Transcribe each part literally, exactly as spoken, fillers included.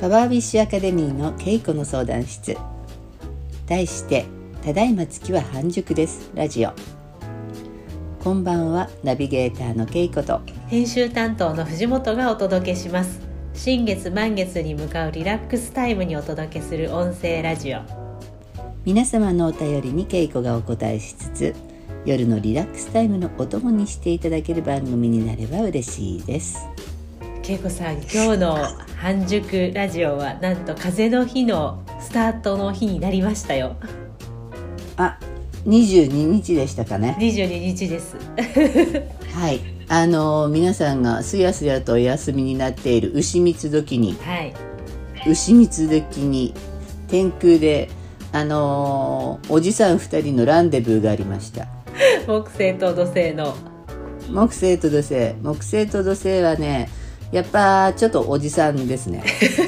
パワービッシュアカデミーのけいこの相談室、題してただいま月は半熟ですラジオ。こんばんは、ナビゲーターのけいこと編集担当の藤本がお届けします。新月満月に向かうリラックスタイムにお届けする音声ラジオ。 皆様のお便りにけいこがお答えしつつ、夜のリラックスタイムのお供にしていただける番組になれば嬉しいです。 けいこさん、今日の半熟ラジオはなんと風の日のスタートの日になりましたよ。 あ、にじゅうににちでしたかね。 にじゅうににちですはい、あの皆さんがすやすやとお休みになっている牛蜜時に、 はい、 牛蜜時に天空であのおじさんふたりのランデブーがありました。 木星と土星の木星と土星木星と土星はね、やっぱちょっとおじさんですね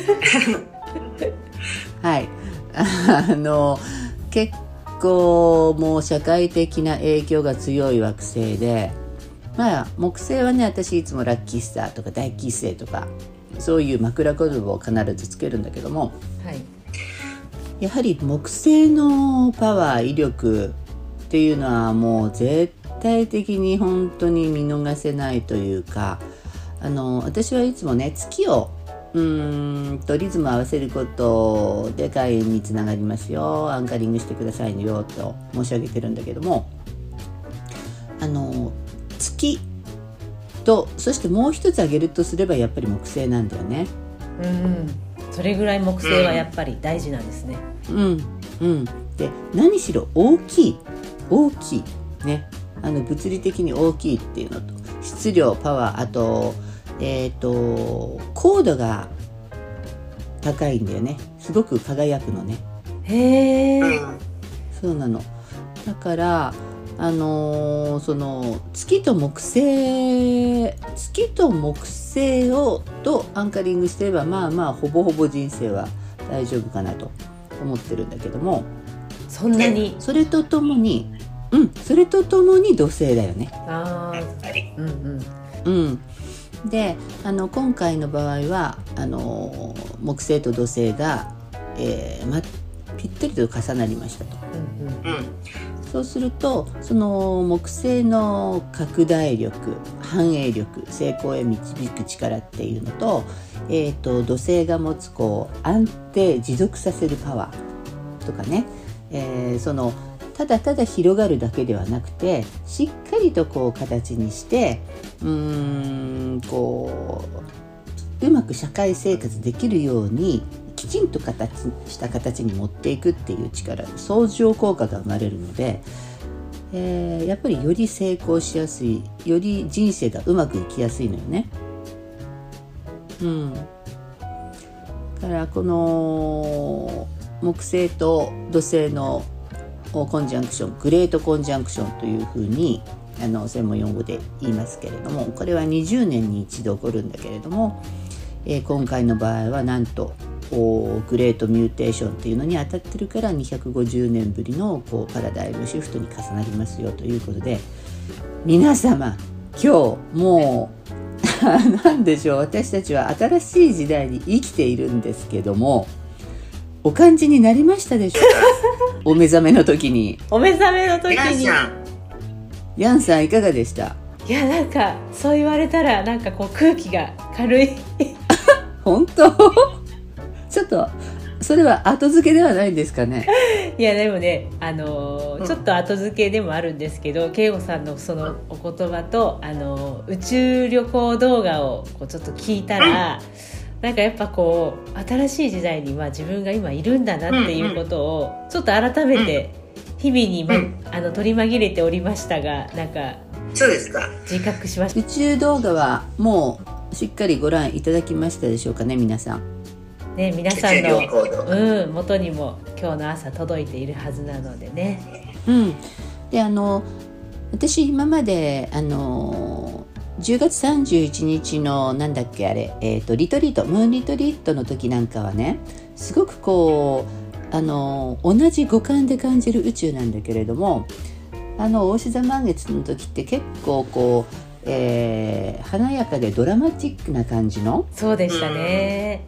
はいあの結構もう社会的な影響が強い惑星で、まあ木星はね、私いつもラッキースターとか大吉星とかそういう枕言葉を必ずつけるんだけども、 はい、 やはり木星のパワー威力っていうのはもう絶対的に本当に見逃せないというか、あの私はいつもね、月をうーんとリズムを合わせることで開運につながりますよ、アンカリングしてくださいよと申し上げてるんだけども、あの月とそしてもう一つ挙げるとすればやっぱり木星なんだよね。 うん、それぐらい木星はやっぱり大事なんですね。 うんうん。で何しろ大きい大きいね、あの物理的に大きいっていうのと、質量、パワー、あとえっと高度が高いんだよね。すごく輝くのね。 へー、 そうなの。だからあのー、その月と木星月と木星をとアンカリングしてれば、まあまあほぼほぼ人生は大丈夫かなと思ってるんだけども、 そんなにそれとともにうんそれとともに土星だよね。 あー、うんうんうんで、あの今回の場合はあの木星と土星が、えーま、ぴったりと重なりましたと、 うんうんうん、 そうするとその木星の拡大力、繁栄力、成功へ導く力っていうのと、えーと、土星が持つこう安定持続させるパワーとかね、えー、そのただただ広がるだけではなくて、しっかりとこう形にしてうーんこううまく社会生活できるようにきちんと形した形に持っていくっていう力、相乗効果が生まれるので、えー、やっぱりより成功しやすい、より人生がうまくいきやすいのよね。うんだからこの木星と土星のコンジャンクション、グレートコンジャンクションというふうにあの専門用語で言いますけれども、これはにじゅうねんに一度起こるんだけれども、えー、今回の場合はなんとグレートミューテーションっていうのに当たってるからにひゃくごじゅうねんぶりのこうパラダイムシフトに重なりますよということで、皆様今日もうなんでしょう、私たちは新しい時代に生きているんですけども、お感じになりましたでしょうかお目覚めの時に。 お目覚めの時にヤンさんいかがでした？ いや、なんかそう言われたらなんかこう空気が軽い本当ちょっとそれは後付けではないんですかね。 いやでもね、あのーうん、ちょっと後付けでもあるんですけど、けいこさんのそのお言葉と、あのー、宇宙旅行動画をこうちょっと聞いたら、うん、なんかやっぱこう新しい時代には自分が今いるんだなっていうことをちょっと改めて日々に、ま、あの取り紛れておりましたが、なんかそうですか、 自覚しました。 宇宙動画はもうしっかりご覧いただきましたでしょうかね、皆さんね、皆さんの、うん、元にも今日の朝届いているはずなのでね。 うん、であの私今まであのじゅうがつさんじゅういちにちのなんだっけあれ、えーと、リトリートムーンリトリートの時なんかはね、すごくこうあの同じ五感で感じる宇宙なんだけれども、あの大志座満月の時って結構こう、えー、華やかでドラマチックな感じの、 そうでしたね、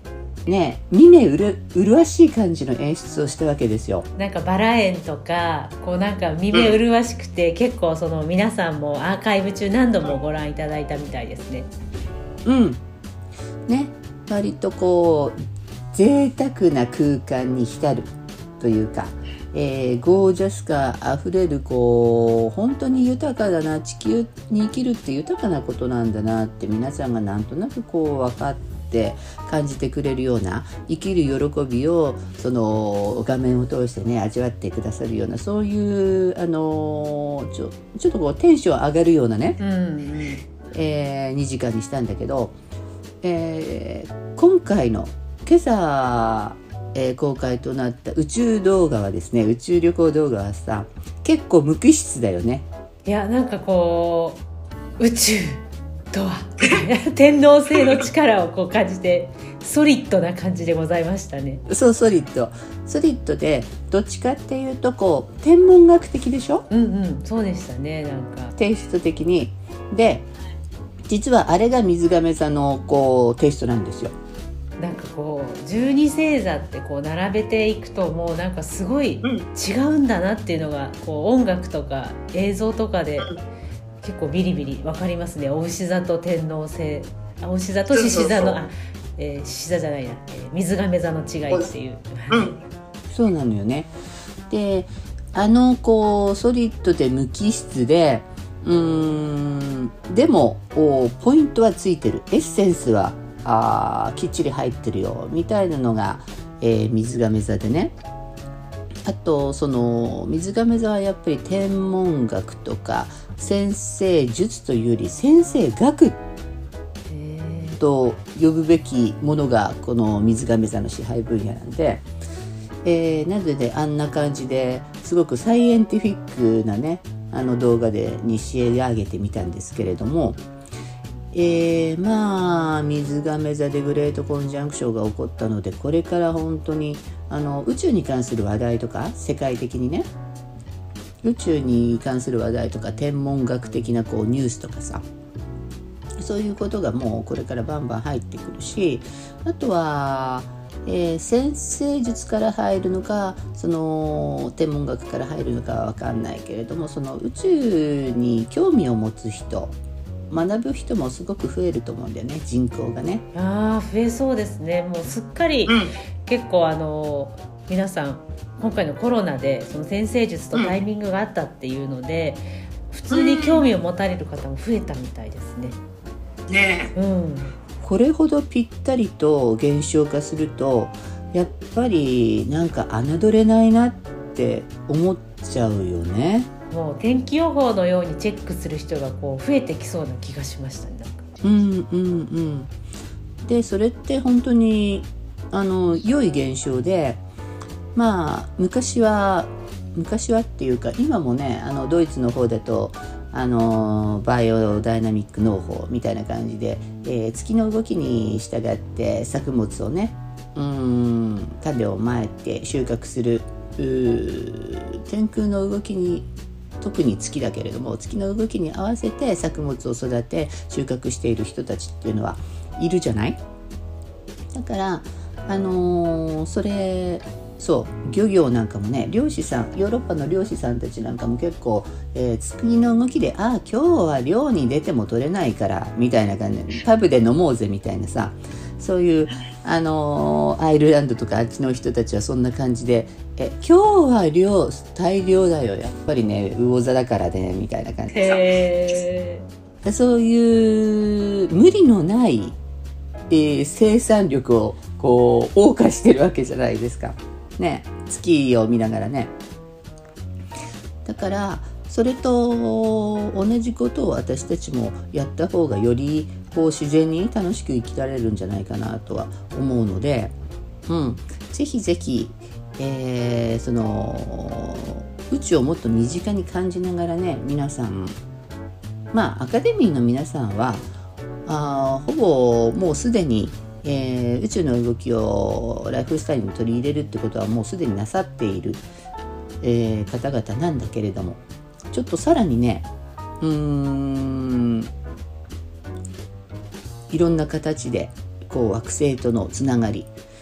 ね見目うる麗しい感じの演出をしたわけですよ。 なんかバラ園とかこうなんか見目麗しくて、うん、結構その皆さんもアーカイブ中何度もご覧いただいたみたいですね。 うんね、割とこう贅沢な空間に浸るというか、えー、ゴージャス感あふれるこう本当に豊かだな、地球に生きるって豊かなことなんだなって皆さんがなんとなくこう分かって感じてくれるような、生きる喜びをその画面を通してね味わってくださるような、そういうあのちょ、ちょっとこうテンション上がるようなね、うんうんえー、にじかんにしたんだけど、えー、今回の今朝、えー、公開となった宇宙動画はですね、宇宙旅行動画はさ結構無機質だよね。 いやなんかこう宇宙とは天王星の力をこう感じてソリッドな感じでございましたね。 そうソリッドソリッドでどっちかっていうとこう天文学的でしょ。 うんうんそうでしたね。なんかテイスト的にで実はあれが水亀座のこうテイストなんですよ。 なんかこう十二星座ってこう並べていくともうなんかすごい違うんだなっていうのがこう音楽とか映像とかで結構ビリビリ分かりますね。お牛座と天王星、あお牛座と獅子座のあ、えー、獅子座じゃないな、えー、水亀座の違いっていう、うん、 そうなのよね。であのこうソリッドで無機質でうーんでもポイントはついてる、エッセンスはあきっちり入ってるよみたいなのが、えー、水亀座でね。あとその水亀座はやっぱり天文学とか先生術というより先生学と呼ぶべきものがこの水亀座の支配分野なんで、えー、なのであんな感じですごくサイエンティフィックなねあの動画でに仕上げてみたんですけれども、えー、まあ水亀座でグレートコンジャンクションが起こったので、これから本当にあの宇宙に関する話題とか世界的にね宇宙に関する話題とか天文学的なこうニュースとかさ、そういうことがもうこれからバンバン入ってくるし、あとは、えー、先生術から入るのかその天文学から入るのかは分かんないけれども、その宇宙に興味を持つ人学ぶ人もすごく増えると思うんだよね、人口がね。 あー増えそうですね。もうすっかり、うん、結構あの皆さん今回のコロナでその先生術とタイミングがあったっていうので、うん、普通に興味を持たれる方も増えたみたいですね。 ねえ、うん、これほどぴったりと現象化するとやっぱりなんか侮れないなって思っちゃうよね。 もう天気予報のようにチェックする人がこう増えてきそうな気がしましたね。なんかうんうんうんでそれって本当にあの良い現象で、まあ昔は昔はっていうか今もねあのドイツの方だとあのバイオダイナミック農法みたいな感じで、えー、月の動きに従って作物をねうーん種をまいて収穫する天空の動きに特に月だけれども月の動きに合わせて作物を育て収穫している人たちっていうのはいるじゃない。だからあのー、それそう漁業なんかもね漁師さんヨーロッパの漁師さんたちなんかも結構、えー、月の動きでああ今日は漁に出ても取れないからみたいな感じでパブで飲もうぜみたいなさ、そういうあのー、アイルランドとかあっちの人たちはそんな感じでえ今日は漁大漁だよやっぱりね魚座だからねみたいな感じでさ、そういう無理のない、えー、生産力をこう謳歌してるわけじゃないですかね、月を見ながらね。だからそれと同じことを私たちもやった方がよりこう自然に楽しく生きられるんじゃないかなとは思うので、うん、ぜひぜひ、えー、その宇宙をもっと身近に感じながらね皆さん、まあアカデミーの皆さんはあほぼもうすでにえー、宇宙の動きをライフスタイルに取り入れるってことはもうすでになさっている、えー、方々なんだけれども、ちょっとさらにねうーんいろんな形でこう惑星とのつながり、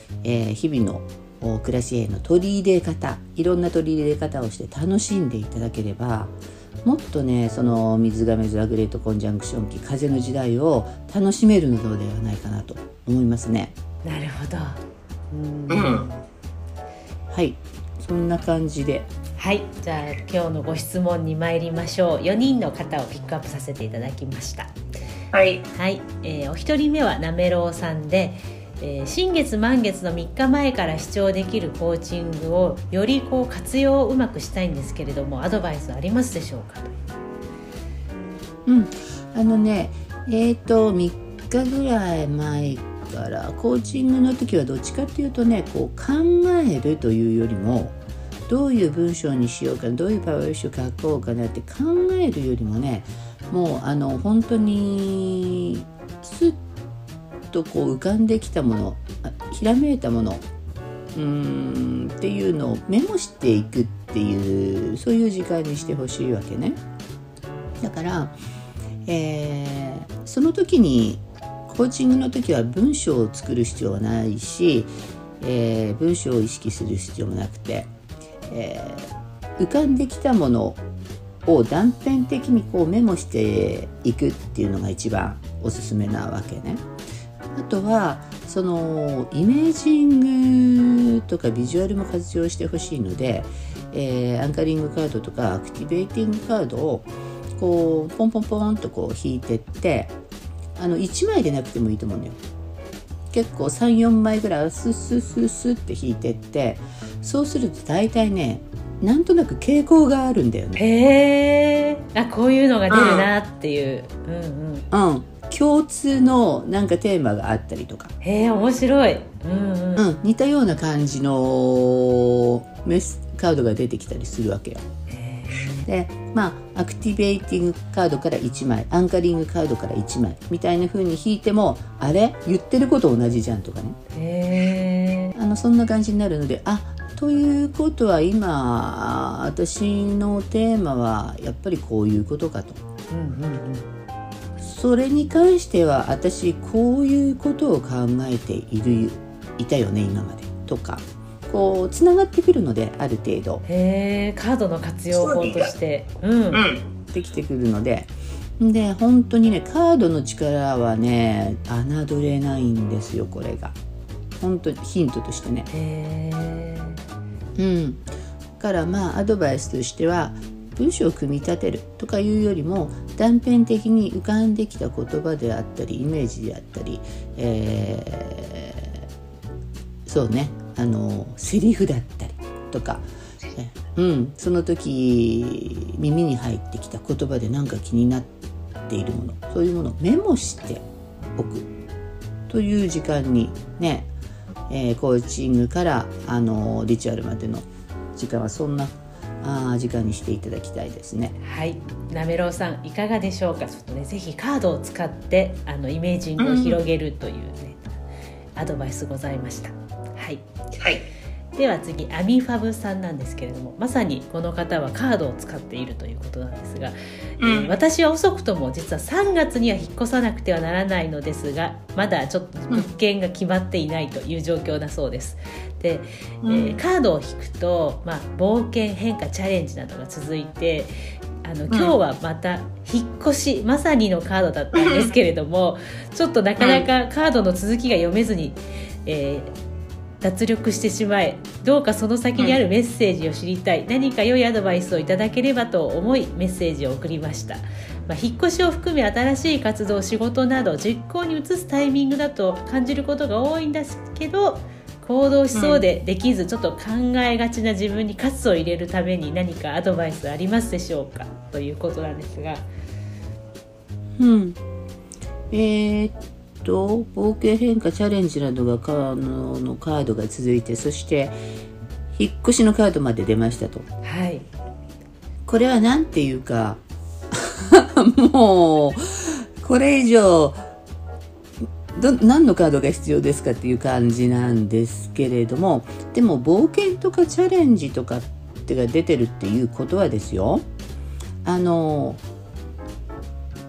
えー、日々の暮らしへの取り入れ方、いろんな取り入れ方をして楽しんでいただければ、もっとねその水亀座グレートコンジャンクション期風の時代を楽しめるのではないかなと思いますね。 なるほど。 うん、 はい、そんな感じで、 はい、じゃあ今日のご質問に参りましょう。よにんの方をピックアップさせていただきました。 はい、 はいえー、お一人目はなめろうさんで、えー、新月満月のみっかまえから視聴できるコーチングをよりこう活用をうまくしたいんですけれども、アドバイスありますでしょうか？ うんあのねえーとみっかぐらい前からコーチングの時はどっちかっていうとねこう考えるというよりも、どういう文章にしようか、どういうパワーウィッシュ書こうかなって考えるよりもね、もうあの本当にスッとこう浮かんできたもの、ひらめいたものうーんっていうのをメモしていくっていう、そういう時間にしてほしいわけね。だから、えー、その時にコーチングの時は文章を作る必要はないし、えー、文章を意識する必要もなくて、えー、浮かんできたものを断片的にこうメモしていくっていうのが一番おすすめなわけね。あとはそのイメージングとかビジュアルも活用してほしいので、えー、アンカリングカードとかアクティベーティングカードをこうポンポンポンとこう引いてって、あのいちまいでなくてもいいと思うのよ。結構 さん,よん 枚ぐらいスッスッスッスッって引いてって、そうすると大体ねなんとなく傾向があるんだよね。 へー、あ、こういうのが出るなっていう、うんうんうん、共通のなんかテーマがあったりとか、 へー、面白い、うんうんうん、似たような感じのメスカードが出てきたりするわけよ。で、まあアクティベーティングカードからいちまい、アンカリングカードからいちまいみたいな風に引いても、あれ言ってること同じじゃんとかね、 へー、 あのそんな感じになるので、あ、ということは今私のテーマはやっぱりこういうことかと、 うんうんうん、 それに関しては私こういうことを考えているいたよね今までとか、こうつながってくるので、ある程度へー、カードの活用法として、うん、うん、 できてくるので、で本当にねカードの力はね侮れないんですよ。これが本当にヒントとしてね。 へー、 うん、だからまあアドバイスとしては、文章を組み立てるとかいうよりも断片的に浮かんできた言葉であったりイメージであったり、えー、そうねあのセリフだったりとか、うん、その時耳に入ってきた言葉で何か気になっているもの、そういうものをメモしておくという時間にね、えー、コーチングからあのリチュアルまでの時間はそんなあ時間にしていただきたいですね。 はい、なめろうさんいかがでしょうか。ちょっとねぜひカードを使ってあのイメージングを広げるというね、うん、アドバイスございました。はい、 はい、 では次アミファブさんなんですけれども、まさにこの方はカードを使っているということなんですが、うんえー、私は遅くとも実はさんがつには引っ越さなくてはならないのですが、まだちょっと物件が決まっていないという状況だそうです。で、うんえー、カードを引くと、まあ、冒険、変化、チャレンジなどが続いて、あの今日はまた引っ越し、まさにのカードだったんですけれどもちょっとなかなかカードの続きが読めずに、えー脱力してしまい、どうかその先にあるメッセージを知りたい、うん、何か良いアドバイスをいただければと思いメッセージを送りました。まあ、引っ越しを含め新しい活動、仕事など実行に移すタイミングだと感じることが多いんですけど、行動しそうでできず、うん、ちょっと考えがちな自分に喝を入れるために何かアドバイスありますでしょうか、ということなんですが。 うんえー冒険、変化、チャレンジなどがカードのカードが続いて、そして引っ越しのカードまで出ましたと。 はい。 これはなんていうかもうこれ以上ど何のカードが必要ですかっていう感じなんですけれども、でも冒険とかチャレンジとかってが出てるっていうことはですよ、あの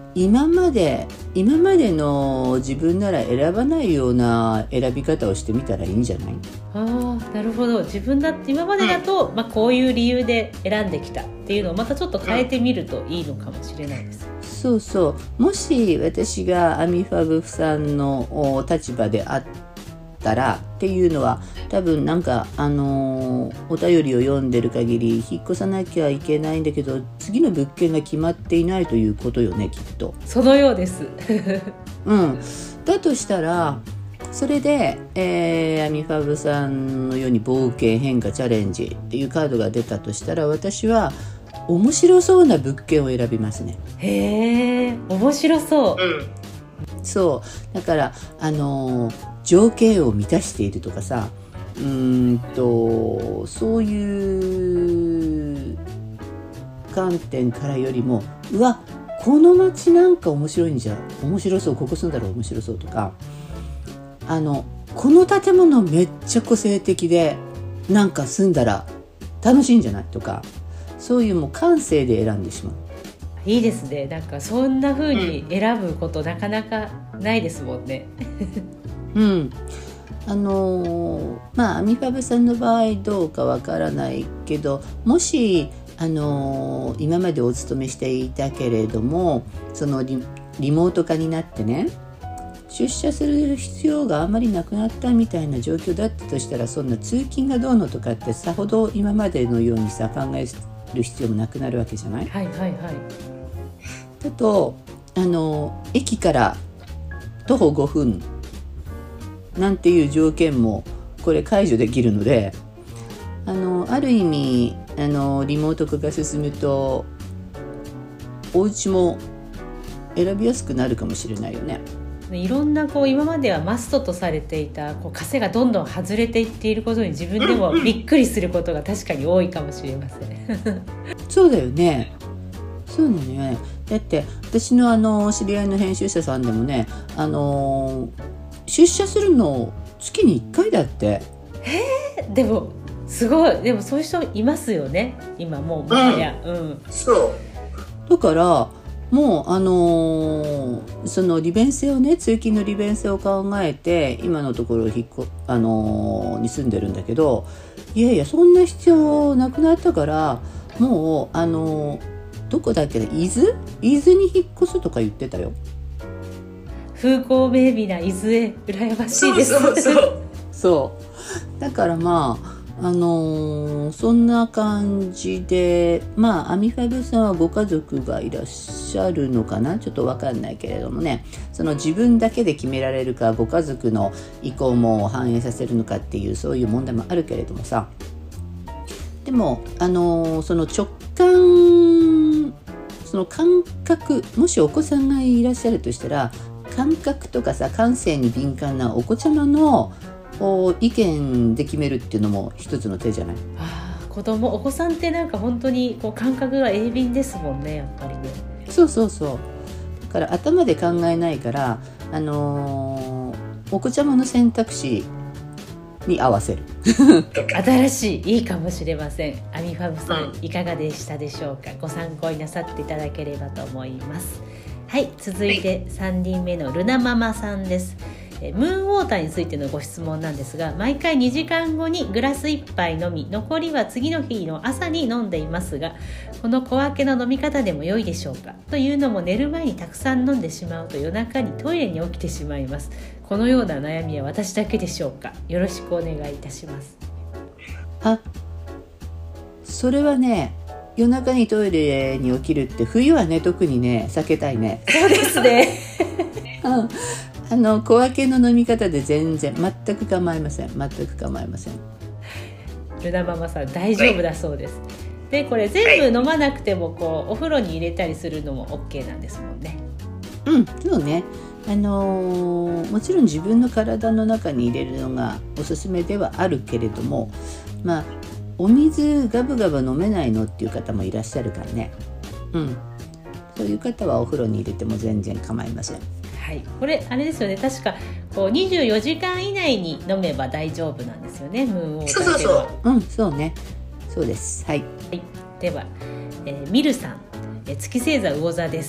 今まで今までの自分なら選ばないような選び方をしてみたらいいんじゃない？ ああ、なるほど。自分だって今までだと、うん、まあ、こういう理由で選んできたっていうのをまたちょっと変えてみるといいのかもしれないです、 うん、そうそう。もし私がアミファブさんの立場であったらっていうのは、多分なんかあのー、お便りを読んでる限り引っ越さなきゃいけないんだけど次の物件が決まっていないということよね、きっと。 そのようですうん、だとしたらそれで、えー、アミファブさんのように冒険変化チャレンジっていうカードが出たとしたら、私は面白そうな物件を選びますね。 へー、面白そう、 うん、 そうだからあのー、条件を満たしているとかさ、うーんとそういう観点からよりも、うわこの街なんか面白いんじゃ面白そう、ここ住んだら面白そうとか、あのこの建物めっちゃ個性的でなんか住んだら楽しいんじゃないとか、そういうもう感性で選んでしまう。 いいですね。なんかそんな風に選ぶことなかなかないですもんねうん、あのー、まあアミファブさんの場合どうかわからないけど、もしあのー、今までお勤めしていたけれどもその リ, リモート化になってね、出社する必要があんまりなくなったみたいな状況だったとしたら、そんな通勤がどうのとかってさほど今までのようにさ考える必要もなくなるわけじゃない？ はいはいはい。 だとあの駅から徒歩ごふんなんていう条件もこれ解除できるので、あのある意味あのリモート化が進むとお家も選びやすくなるかもしれないよね。 いろんなこう今まではマストとされていたこう枷がどんどん外れていっていることに自分でもびっくりすることが確かに多いかもしれませんそうだよね。そうなのよね。だって私のあの知り合いの編集者さんでもね、あの出社するの月にいっかいだって。 へー、でもすごい。でもそういう人いますよね今もうもはや、うんうん、 そうだからもうあのー、その利便性をね、通勤の利便性を考えて今のところ引っこ、あのー、に住んでるんだけど、いやいやそんな必要なくなったから、もうあのー、どこだっけね、伊豆伊豆に引っ越すとか言ってたよ。 風光明媚な伊豆へ羨ましいです。 そうそうそうそうだからまああのー、そんな感じで、まあアミファブさんはご家族がいらっしゃるのかな、ちょっと分かんないけれどもね、その自分だけで決められるかご家族の意向も反映させるのかっていうそういう問題もあるけれどもさ、でもあのー、その直感、その感覚、もしお子さんがいらっしゃるとしたら感覚とかさ感性に敏感なお子ちゃまの意見で決めるっていうのも一つの手じゃない？ あ、子供お子さんってなんか本当にこう感覚が鋭敏ですもんね、やっぱりね。 そうそうそう。だから頭で考えないから、あのー、お子ちゃまの選択肢に合わせる新しいいいかもしれません。アミファブさん、うん、いかがでしたでしょうか。ご参考になさっていただければと思います。はい、続いてさんにんめのルナママさんです。ムーンウォーターについてのご質問なんですが、毎回にじかんごにグラスいっぱい飲み、残りは次の日の朝に飲んでいますが、この小分けの飲み方でも良いでしょうか。というのも寝る前にたくさん飲んでしまうと夜中にトイレに起きてしまいます。このような悩みは私だけでしょうか。よろしくお願いいたします。 あ、それはね、夜中にトイレに起きるって冬はね特にね避けたいね。 そうですねうんあの小分けの飲み方で全然全く構いません全く構いません。 ルナママさん大丈夫だそうです。でこれ全部飲まなくてもこうお風呂に入れたりするのも OK なんですもんね。 うん、そうね。あのー、もちろん自分の体の中に入れるのがおすすめではあるけれども、まあお水ガブガブ飲めないのっていう方もいらっしゃるからね。うん、そういう方はお風呂に入れても全然構いません。 はい、これあれですよね、確かこうにじゅうよじかん以内に飲めば大丈夫なんですよね、ムーンウォーターっていうのは。 そうそうそう、うん、そうね、そうです。はい、 はい、では、えー、ミルさん、えー、月星座魚座です。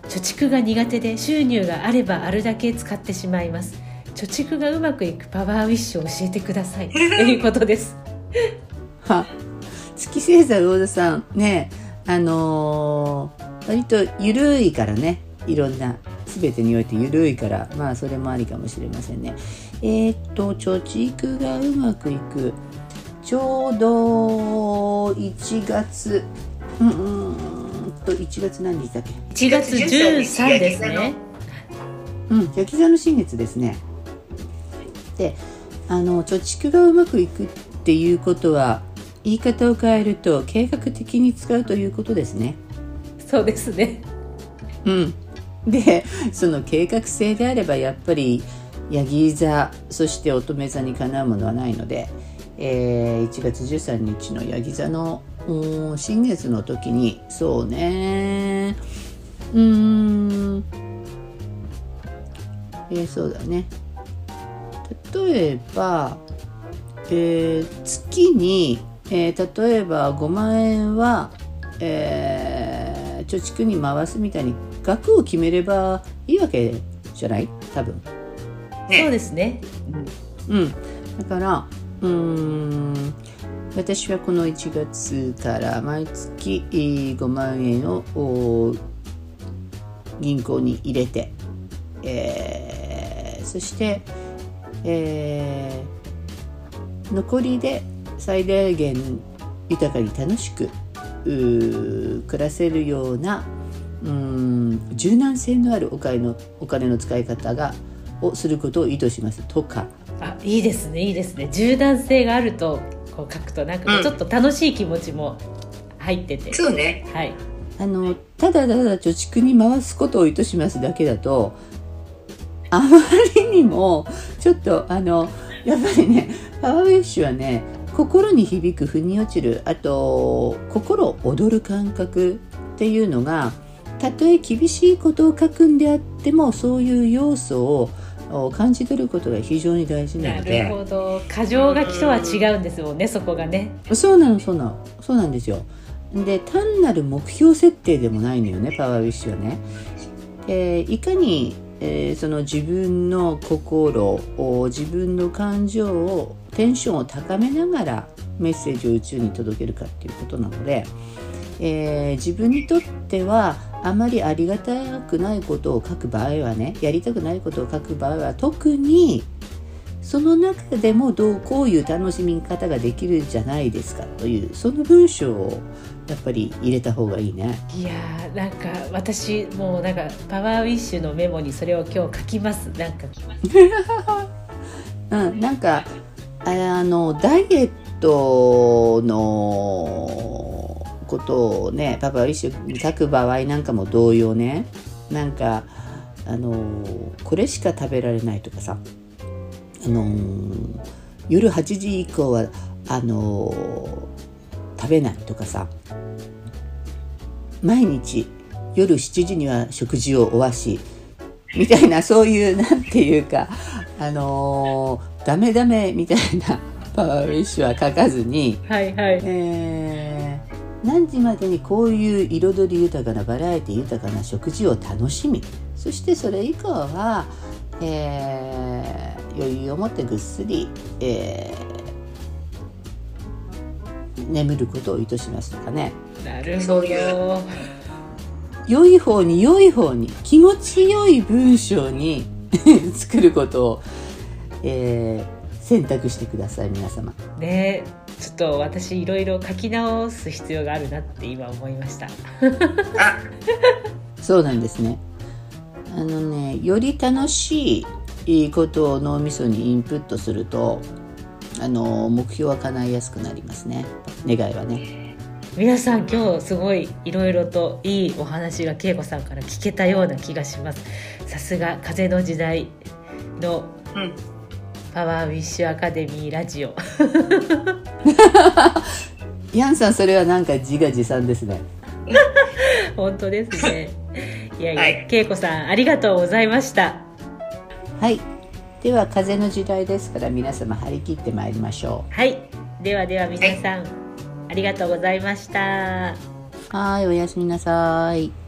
貯蓄が苦手で収入があればあるだけ使ってしまいます。貯蓄がうまくいくパワーウィッシュを教えてくださいということですは月星座魚座さんね、あのー、割とゆるいからね、いろんな全てにおいてゆるいから、まあそれもありかもしれませんね。えー、っと貯蓄がうまくいく、ちょうどいちがつ、うんうんといちがつ何日だっけ、 いちがつじゅうさんですね。 うん、焼き座の新月ですね。で、あの貯蓄がうまくいくっていうことは、言い方を変えると計画的に使うということですね。 そうですね。 うん。で、その計画性であればやっぱりヤギ座、そして乙女座にかなうものはないので、えー、いちがつじゅうさんにちのヤギ座の新月の時に、そうね、うーん、えー、そうだね。例えば、えー、月に、えー、例えばごまんえんは、えー、貯蓄に回すみたいに額を決めればいいわけじゃない？多分。 ね、そうですね。 うん。うん、だからうーん、私はこのいちがつから毎月ごまんえんを銀行に入れて、えー、そして、えー、残りで最大限豊かに楽しく暮らせるような、うーん、柔軟性のあるお金の、お金の使い方がをすることを意図しますとか。 あ、いいですね、いいですね。柔軟性があるとこう書くとなんかちょっと楽しい気持ちも入ってて、 うん、そうね、 はい、 あのただただ貯蓄に回すことを意図しますだけだと、あまりにもちょっとあのやっぱりね、パワーウィッシュはね、心に響く、腑に落ちる、あと心躍る感覚っていうのが、たとえ厳しいことを書くんであっても、そういう要素を感じ取ることが非常に大事なので。 なるほど、過剰書きとは違うんですもんね、そこがね。 そうなの、そうなの、そうなんですよ。で、単なる目標設定でもないのよね、パワーウィッシュはね。で、いかに、えー、その自分の心を、自分の感情を、テンションを高めながらメッセージを宇宙に届けるかっていうことなので、えー、自分にとってはあまりありがたくないことを書く場合はね、やりたくないことを書く場合は特にその中でもどうこういう楽しみ方ができるんじゃないですかという、その文章をやっぱり入れた方がいいね。 いやー、なんか私もうなんかパワーウィッシュのメモにそれを今日書きます。なんかうん、なんかあのダイエットのことをね、パパウィッシュに書く場合なんかも同様ね、なんかあのこれしか食べられないとかさ、あの夜はちじ以降はあの食べないとかさ、毎日夜しちじには食事を終わしみたいな、そういうなんていうか、あのダメダメみたいなパワーウィッシュは書かずに、 はいはい、 えー、何時までにこういう彩り豊かなバラエティ豊かな食事を楽しみ、そしてそれ以降は、えー、余裕を持ってぐっすり、えー、眠ることを意図しますとかね。 なるほど。 良い方に良い方に気持ちよい文章に作ることを、えー、選択してください、皆様ね。ちょっと私いろいろ書き直す必要があるなって今思いましたそうなんですね。あのね、より楽しいことを脳みそにインプットすると、あの目標は叶いやすくなりますね、願いはね。 皆さん今日すごいいろいろといいお話が恵子さんから聞けたような気がします。さすが風の時代のパワーウィッシュアカデミーラジオヤンさん、それはなんか自画自賛ですね本当ですね。いやいや、はい、恵子さんありがとうございました。 はい、では風の時代ですから皆様張り切ってまいりましょう。 はい、ではでは皆さん、はい、ありがとうございました。 はい、おやすみなさい。